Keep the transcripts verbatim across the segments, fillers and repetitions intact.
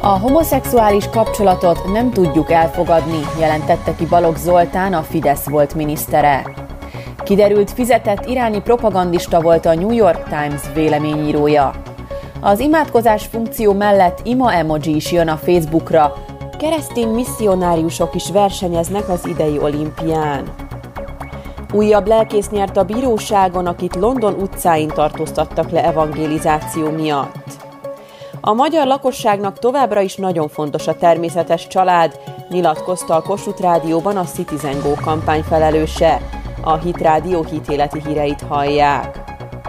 A homoszexuális kapcsolatot nem tudjuk elfogadni, jelentette ki Balogh Zoltán, a Fidesz volt minisztere. Kiderült, fizetett iráni propagandista volt a New York Times véleményírója. Az imádkozás funkció mellett ima emoji is jön a Facebookra. Keresztény misszionáriusok is versenyeznek az idei olimpián. Újabb lelkész nyert a bíróságon, akit London utcáin tartóztattak le evangelizáció miatt. A magyar lakosságnak továbbra is nagyon fontos a természetes család, nyilatkozta a Kossuth Rádióban a Citizen Go kampány felelőse. A Hit Rádió hitéleti híreit hallják.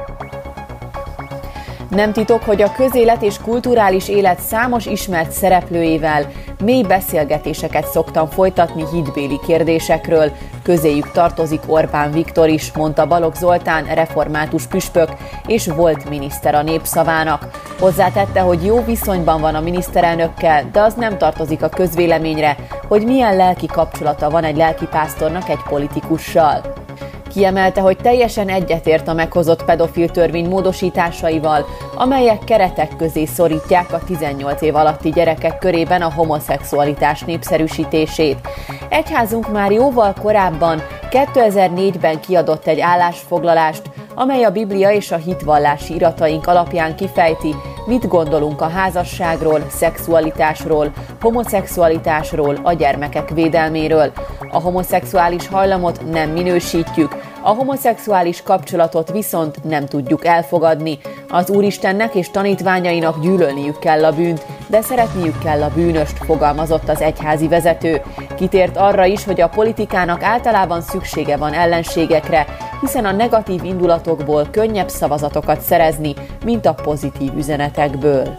Nem titok, hogy a közélet és kulturális élet számos ismert szereplőivel mély beszélgetéseket szoktam folytatni hitbéli kérdésekről, közéjük tartozik Orbán Viktor is, mondta Balogh Zoltán, református püspök és volt miniszter a Népszavának. Hozzátette, hogy jó viszonyban van a miniszterelnökkel, de az nem tartozik a közvéleményre, hogy milyen lelki kapcsolata van egy lelkipásztornak egy politikussal. Kiemelte, hogy teljesen egyetért a meghozott pedofil törvény módosításaival, amelyek keretek közé szorítják a tizennyolc év alatti gyerekek körében a homoszexualitás népszerűsítését. Egyházunk már jóval korábban, kétezer-négyben kiadott egy állásfoglalást, amely a Biblia és a hitvallási irataink alapján kifejti, mit gondolunk a házasságról, szexualitásról, homoszexualitásról, a gyermekek védelméről. A homoszexuális hajlamot nem minősítjük, a homoszexuális kapcsolatot viszont nem tudjuk elfogadni. Az Úristennek és tanítványainak gyűlölniük kell a bűnt, de szeretniük kell a bűnöst, fogalmazott az egyházi vezető. Kitért arra is, hogy a politikának általában szüksége van ellenségekre, hiszen a negatív indulatokból könnyebb szavazatokat szerezni, mint a pozitív üzenetekből.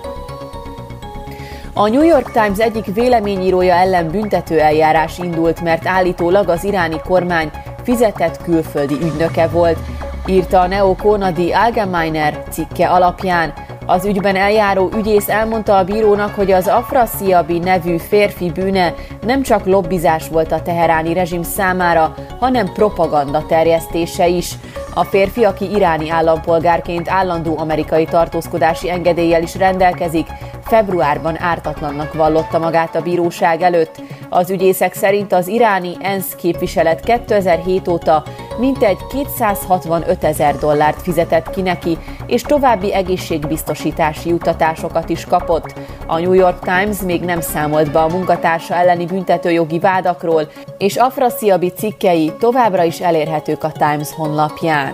A New York Times egyik véleményírója ellen büntetőeljárás indult, mert állítólag az iráni kormány fizetett külföldi ügynöke volt, írta a Neo Kanadi Allgemeiner cikke alapján. Az ügyben eljáró ügyész elmondta a bírónak, hogy az Afrasiabi nevű férfi bűne nem csak lobbizás volt a teheráni rezsim számára, hanem propaganda terjesztése is. A férfi, aki iráni állampolgárként állandó amerikai tartózkodási engedéllyel is rendelkezik, februárban ártatlannak vallotta magát a bíróság előtt. Az ügyészek szerint az iráni ENSZ képviselet kétezer-hét óta mintegy kétszázhatvanöt ezer dollárt fizetett ki neki, és további egészségbiztosítási juttatásokat is kapott. A New York Times még nem számolt be a munkatársa elleni büntetőjogi vádakról, és Afrasiabi cikkei továbbra is elérhetők a Times honlapján.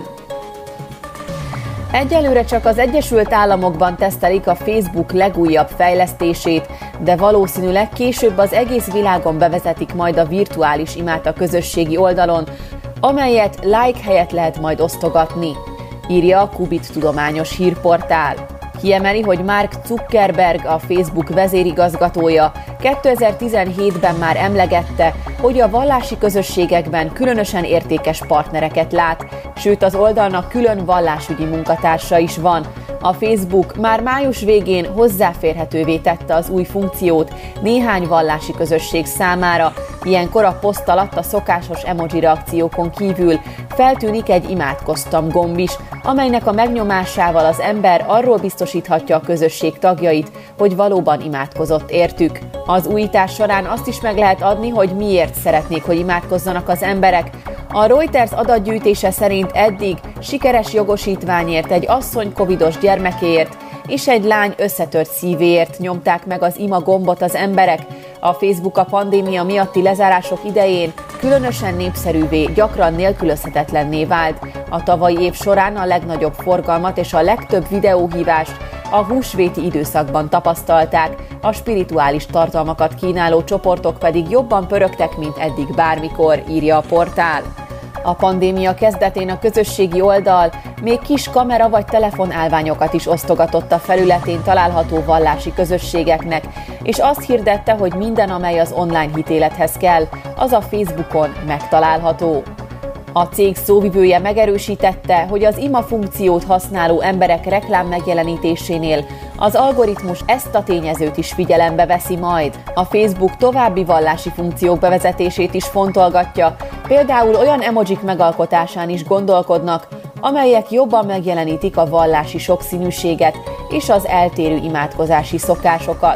Egyelőre csak az Egyesült Államokban tesztelik a Facebook legújabb fejlesztését, de valószínűleg később az egész világon bevezetik majd a virtuális imát a közösségi oldalon, amelyet like helyett lehet majd osztogatni, írja a Qubit tudományos hírportál. Kiemeli, hogy Mark Zuckerberg, a Facebook vezérigazgatója kétezer-tizenhétben már emlegette, hogy a vallási közösségekben különösen értékes partnereket lát, sőt az oldalnak külön vallásügyi munkatársa is van. A Facebook már május végén hozzáférhetővé tette az új funkciót néhány vallási közösség számára. Ilyenkor a poszt alatt a szokásos emoji reakciókon kívül feltűnik egy imádkoztam gomb is, amelynek a megnyomásával az ember arról biztosíthatja a közösség tagjait, hogy valóban imádkozott értük. Az újítás során azt is meg lehet adni, hogy miért szeretnék, hogy imádkozzanak az emberek. A Reuters adatgyűjtése szerint eddig sikeres jogosítványért egy asszony covidos gyermekéért és egy lány összetört szívéért nyomták meg az ima gombot az emberek. A Facebook a pandémia miatti lezárások idején különösen népszerűvé, gyakran nélkülözhetetlenné vált. A tavalyi év során a legnagyobb forgalmat és a legtöbb videóhívást a húsvéti időszakban tapasztalták, a spirituális tartalmakat kínáló csoportok pedig jobban pörögtek, mint eddig bármikor, írja a portál. A pandémia kezdetén a közösségi oldal még kis kamera vagy telefonálványokat is osztogatott a felületén található vallási közösségeknek, és azt hirdette, hogy minden, amely az online hitélethez kell, az a Facebookon megtalálható. A cég szóvivője megerősítette, hogy az ima funkciót használó emberek reklám megjelenítésénél az algoritmus ezt a tényezőt is figyelembe veszi majd. A Facebook további vallási funkciók bevezetését is fontolgatja, például olyan emojik megalkotásán is gondolkodnak, amelyek jobban megjelenítik a vallási sokszínűséget és az eltérő imádkozási szokásokat.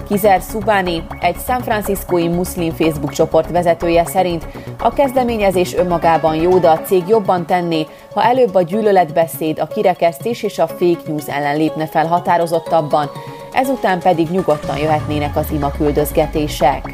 Kizer Subani, egy San Franciscói muszlim Facebook csoport vezetője szerint a kezdeményezés önmagában jó, de a cég jobban tenné, ha előbb a gyűlöletbeszéd, a kirekesztés és a fake news ellen lépne fel határozottabban, ezután pedig nyugodtan jöhetnének az imaküldözgetések.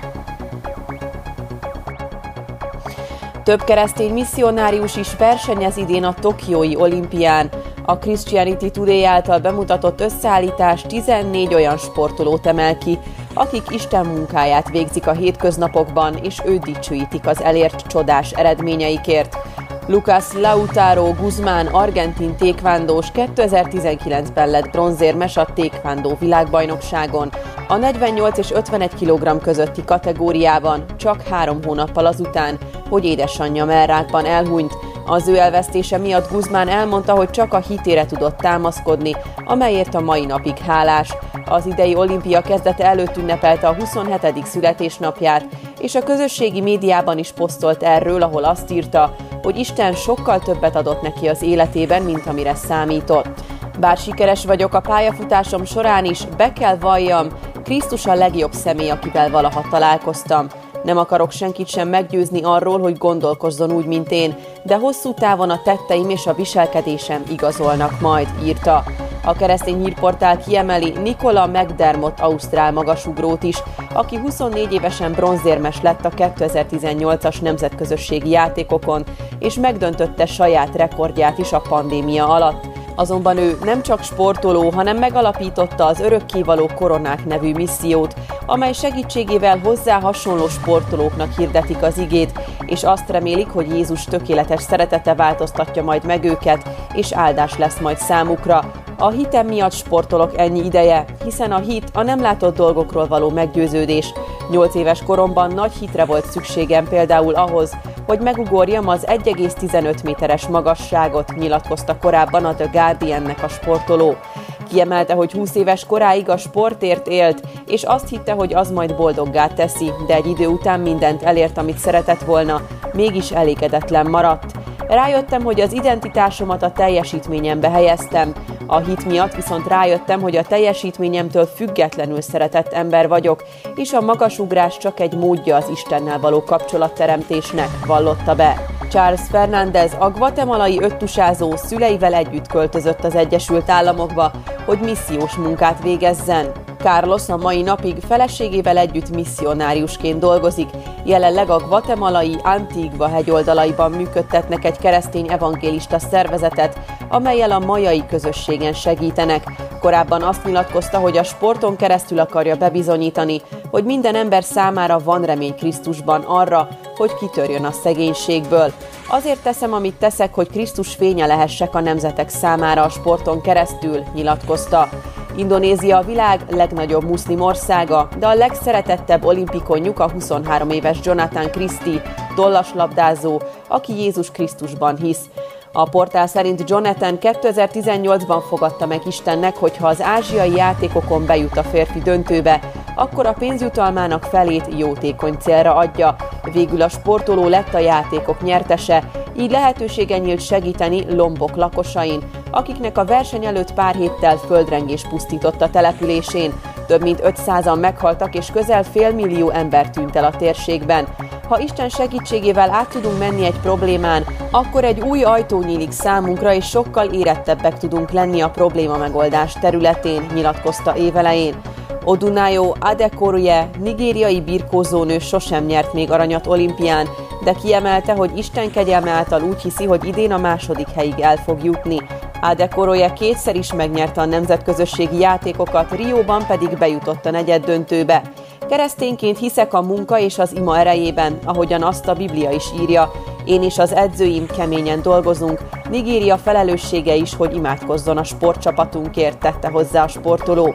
Több keresztény misszionárius is versenyez idén a tokiói olimpián. A Christianity Today által bemutatott összeállítás tizennégy olyan sportolót emel ki, akik Isten munkáját végzik a hétköznapokban, és őt dicsőítik az elért csodás eredményeikért. Lucas Lautaro Guzmán argentin tékvándós kétezer-tizenkilencben lett bronzérmes a tékvándó világbajnokságon. A negyvennyolc és ötvenegy kilogramm közötti kategóriában csak három hónappal azután, hogy édesanyja mellrákban elhunyt. Az ő elvesztése miatt Guzmán elmondta, hogy csak a hitére tudott támaszkodni, amelyért a mai napig hálás. Az idei olimpia kezdete előtt ünnepelte a huszonhetedik születésnapját, és a közösségi médiában is posztolt erről, ahol azt írta, hogy Isten sokkal többet adott neki az életében, mint amire számított. Bár sikeres vagyok a pályafutásom során is, be kell valljam, Krisztus a legjobb személy, akivel valaha találkoztam. Nem akarok senkit sem meggyőzni arról, hogy gondolkozzon úgy, mint én, de hosszú távon a tetteim és a viselkedésem igazolnak majd, írta. A keresztény hírportál kiemeli Nicola McDermott ausztrál magasugrót is, aki huszonnégy évesen bronzérmes lett a kétezer-tizennyolcas nemzetközösségi játékokon, és megdöntötte saját rekordját is a pandémia alatt. Azonban ő nem csak sportoló, hanem megalapította az Örökkévaló Koronák nevű missziót, amely segítségével hozzá hasonló sportolóknak hirdetik az igét, és azt remélik, hogy Jézus tökéletes szeretete változtatja majd meg őket, és áldás lesz majd számukra. A hitem miatt sportolok ennyi ideje, hiszen a hit a nem látott dolgokról való meggyőződés. Nyolc éves koromban nagy hitre volt szükségem például ahhoz, hogy megugorjam az egy egész tizenöt méteres magasságot, nyilatkozta korábban a The Guardiannek a sportoló. Kiemelte, hogy húsz éves koráig a sportért élt, és azt hitte, hogy az majd boldoggá teszi, de egy idő után mindent elért, amit szeretett volna, mégis elégedetlen maradt. Rájöttem, hogy az identitásomat a teljesítményembe helyeztem. A hit miatt viszont rájöttem, hogy a teljesítményemtől függetlenül szeretett ember vagyok, és a magasugrás csak egy módja az Istennel való kapcsolatteremtésnek, vallotta be. Charles Fernández, a guatemalai öttusázó szüleivel együtt költözött az Egyesült Államokba, hogy missziós munkát végezzen. Carlos a mai napig feleségével együtt misszionáriusként dolgozik, jelenleg a guatemalai Antigua hegyoldalaiban működtetnek egy keresztény evangélista szervezetet, amellyel a majai közösségen segítenek. Korábban azt nyilatkozta, hogy a sporton keresztül akarja bebizonyítani, hogy minden ember számára van remény Krisztusban arra, hogy kitörjön a szegénységből. Azért teszem, amit teszek, hogy Krisztus fénye lehessek a nemzetek számára a sporton keresztül, nyilatkozta. Indonézia a világ legnagyobb muszlim országa, de a legszeretettebb olimpikonjuk a huszonhárom éves Jonathan Christie, tollaslabdázó, aki Jézus Krisztusban hisz. A portál szerint Jonathan kétezer-tizennyolcban fogadta meg Istennek, hogy ha az ázsiai játékokon bejut a férfi döntőbe, akkor a pénzjutalmának felét jótékony célra adja. Végül a sportoló lett a játékok nyertese, így lehetősége nyílt segíteni Lombok lakosain, akiknek a verseny előtt pár héttel földrengés pusztított a településén. Több mint ötszázan meghaltak, és közel félmillió ember tűnt el a térségben. Ha Isten segítségével át tudunk menni egy problémán, akkor egy új ajtó nyílik számunkra, és sokkal érettebbek tudunk lenni a probléma megoldás területén, nyilatkozta évelején. Odunayo Adekoroye, nigériai birkózónő sosem nyert még aranyat olimpián, de kiemelte, hogy Isten kegyelme által úgy hiszi, hogy idén a második helyig el fog jutni. Adekoroye kétszer is megnyerte a nemzetközösségi játékokat, Rióban pedig bejutott a negyeddöntőbe. Keresztényként hiszek a munka és az ima erejében, ahogyan azt a Biblia is írja. Én és az edzőim keményen dolgozunk, Nigéria felelőssége is, hogy imádkozzon a sportcsapatunkért, tette hozzá a sportoló.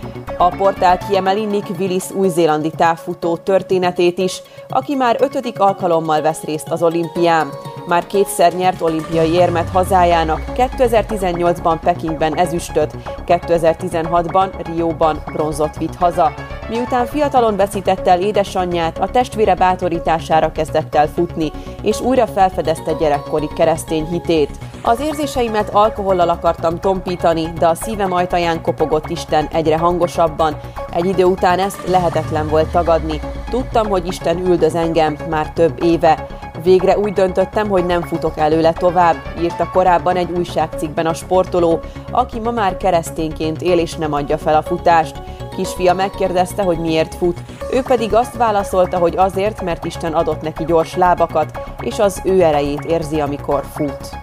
A portál kiemeli Nick Willis új-zélandi távfutó történetét is, aki már ötödik alkalommal vesz részt az olimpián. Már kétszer nyert olimpiai érmet hazájának, kétezer-tizennyolcban Pekingben ezüstöt, kétezer-tizenhatban Rióban bronzot vitt haza. Miután fiatalon veszítette el édesanyját, a testvére bátorítására kezdett el futni, és újra felfedezte gyerekkori keresztény hitét. Az érzéseimet alkohollal akartam tompítani, de a szívem ajtaján kopogott Isten egyre hangosabban. Egy idő után ezt lehetetlen volt tagadni. Tudtam, hogy Isten üldöz engem már több éve. Végre úgy döntöttem, hogy nem futok előle tovább, írta korábban egy újságcikkben a sportoló, aki ma már keresztényként él és nem adja fel a futást. Kisfia megkérdezte, hogy miért fut, ő pedig azt válaszolta, hogy azért, mert Isten adott neki gyors lábakat, és az ő erejét érzi, amikor fut.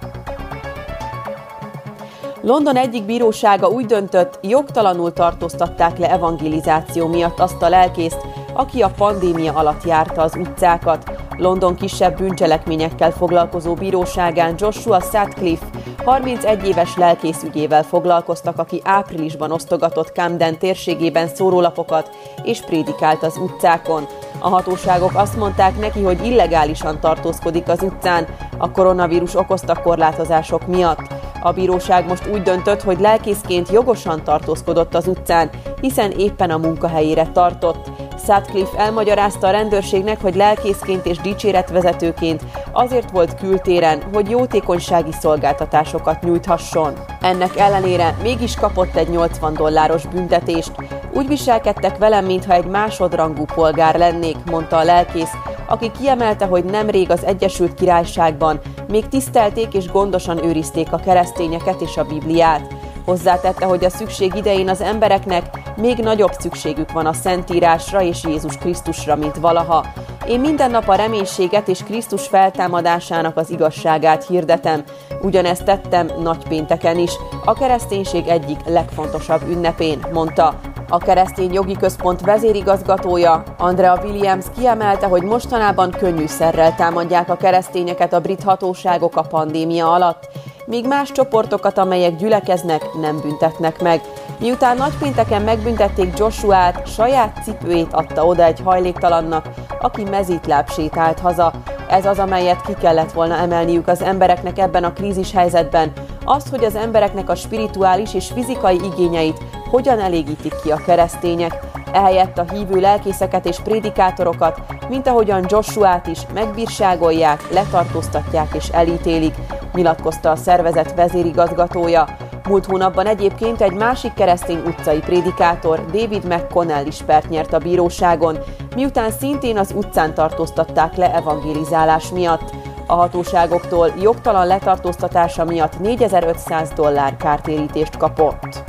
London egyik bírósága úgy döntött, jogtalanul tartóztatták le evangelizáció miatt azt a lelkészt, aki a pandémia alatt járta az utcákat. London kisebb bűncselekményekkel foglalkozó bíróságán Joshua Sutcliffe harmincegy éves lelkész ügyével foglalkoztak, aki áprilisban osztogatott Camden térségében szórólapokat és prédikált az utcákon. A hatóságok azt mondták neki, hogy illegálisan tartózkodik az utcán a koronavírus okozta korlátozások miatt. A bíróság most úgy döntött, hogy lelkészként jogosan tartózkodott az utcán, hiszen éppen a munkahelyére tartott. Sutcliffe elmagyarázta a rendőrségnek, hogy lelkészként és dicséretvezetőként azért volt kültéren, hogy jótékonysági szolgáltatásokat nyújthasson. Ennek ellenére mégis kapott egy nyolcvan dolláros büntetést. Úgy viselkedtek velem, mintha egy másodrangú polgár lennék, mondta a lelkész, aki kiemelte, hogy nemrég az Egyesült Királyságban még tisztelték és gondosan őrizték a keresztényeket és a Bibliát. Hozzátette, hogy a szükség idején az embereknek még nagyobb szükségük van a Szentírásra és Jézus Krisztusra, mint valaha. Én minden nap a reménységet és Krisztus feltámadásának az igazságát hirdetem. Ugyanezt tettem nagypénteken is, a kereszténység egyik legfontosabb ünnepén, mondta. A Keresztény Jogi Központ vezérigazgatója, Andrea Williams kiemelte, hogy mostanában könnyűszerrel támadják a keresztényeket a brit hatóságok a pandémia alatt, míg más csoportokat, amelyek gyülekeznek, nem büntetnek meg. Miután nagypénteken megbüntették Joshuát, saját cipőjét adta oda egy hajléktalannak, aki mezítláb sétált haza. Ez az, amelyet ki kellett volna emelniük az embereknek ebben a krízis helyzetben. Azt, hogy az embereknek a spirituális és fizikai igényeit hogyan elégítik ki a keresztények. Ehelyett a hívő lelkészeket és prédikátorokat, mint ahogyan Joshuát is megbírságolják, letartóztatják és elítélik, nyilatkozta a szervezet vezérigazgatója. Múlt hónapban egyébként egy másik keresztény utcai prédikátor, David McConnell is pert nyert a bíróságon, miután szintén az utcán tartóztatták le evangelizálás miatt. A hatóságoktól jogtalan letartóztatása miatt négyezer-ötszáz dollár kártérítést kapott.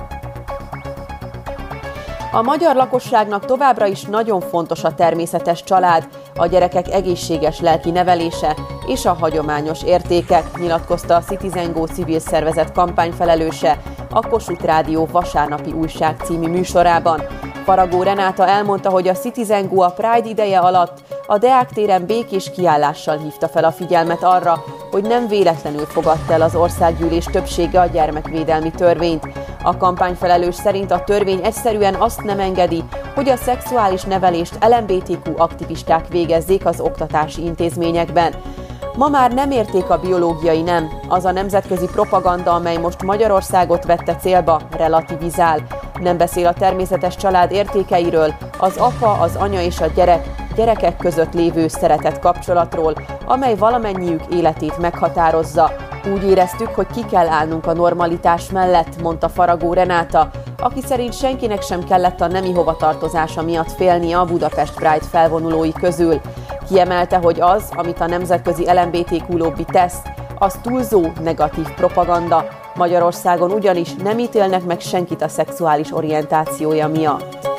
A magyar lakosságnak továbbra is nagyon fontos a természetes család, a gyerekek egészséges lelki nevelése és a hagyományos értékek, nyilatkozta a Citizen Go civil szervezet kampányfelelőse a Kossuth Rádió vasárnapi újság című műsorában. Faragó Renáta elmondta, hogy a Citizen Go a Pride ideje alatt a Deák téren békés kiállással hívta fel a figyelmet arra, hogy nem véletlenül fogadta el az országgyűlés többsége a gyermekvédelmi törvényt. A kampányfelelős szerint a törvény egyszerűen azt nem engedi, hogy a szexuális nevelést el em bé té kú aktivisták végezzék az oktatási intézményekben. Ma már nem érték a biológiai nem, az a nemzetközi propaganda, amely most Magyarországot vette célba, relativizál. Nem beszél a természetes család értékeiről, az apa, az anya és a gyerek, gyerekek között lévő szeretet kapcsolatról, amely valamennyiük életét meghatározza. Úgy éreztük, hogy ki kell állnunk a normalitás mellett, mondta Faragó Renáta, aki szerint senkinek sem kellett a nemi hovatartozása miatt félnie a Budapest Pride felvonulói közül. Kiemelte, hogy az, amit a nemzetközi el em bé té kú lobby tesz, az túlzó, negatív propaganda. Magyarországon ugyanis nem ítélnek meg senkit a szexuális orientációja miatt.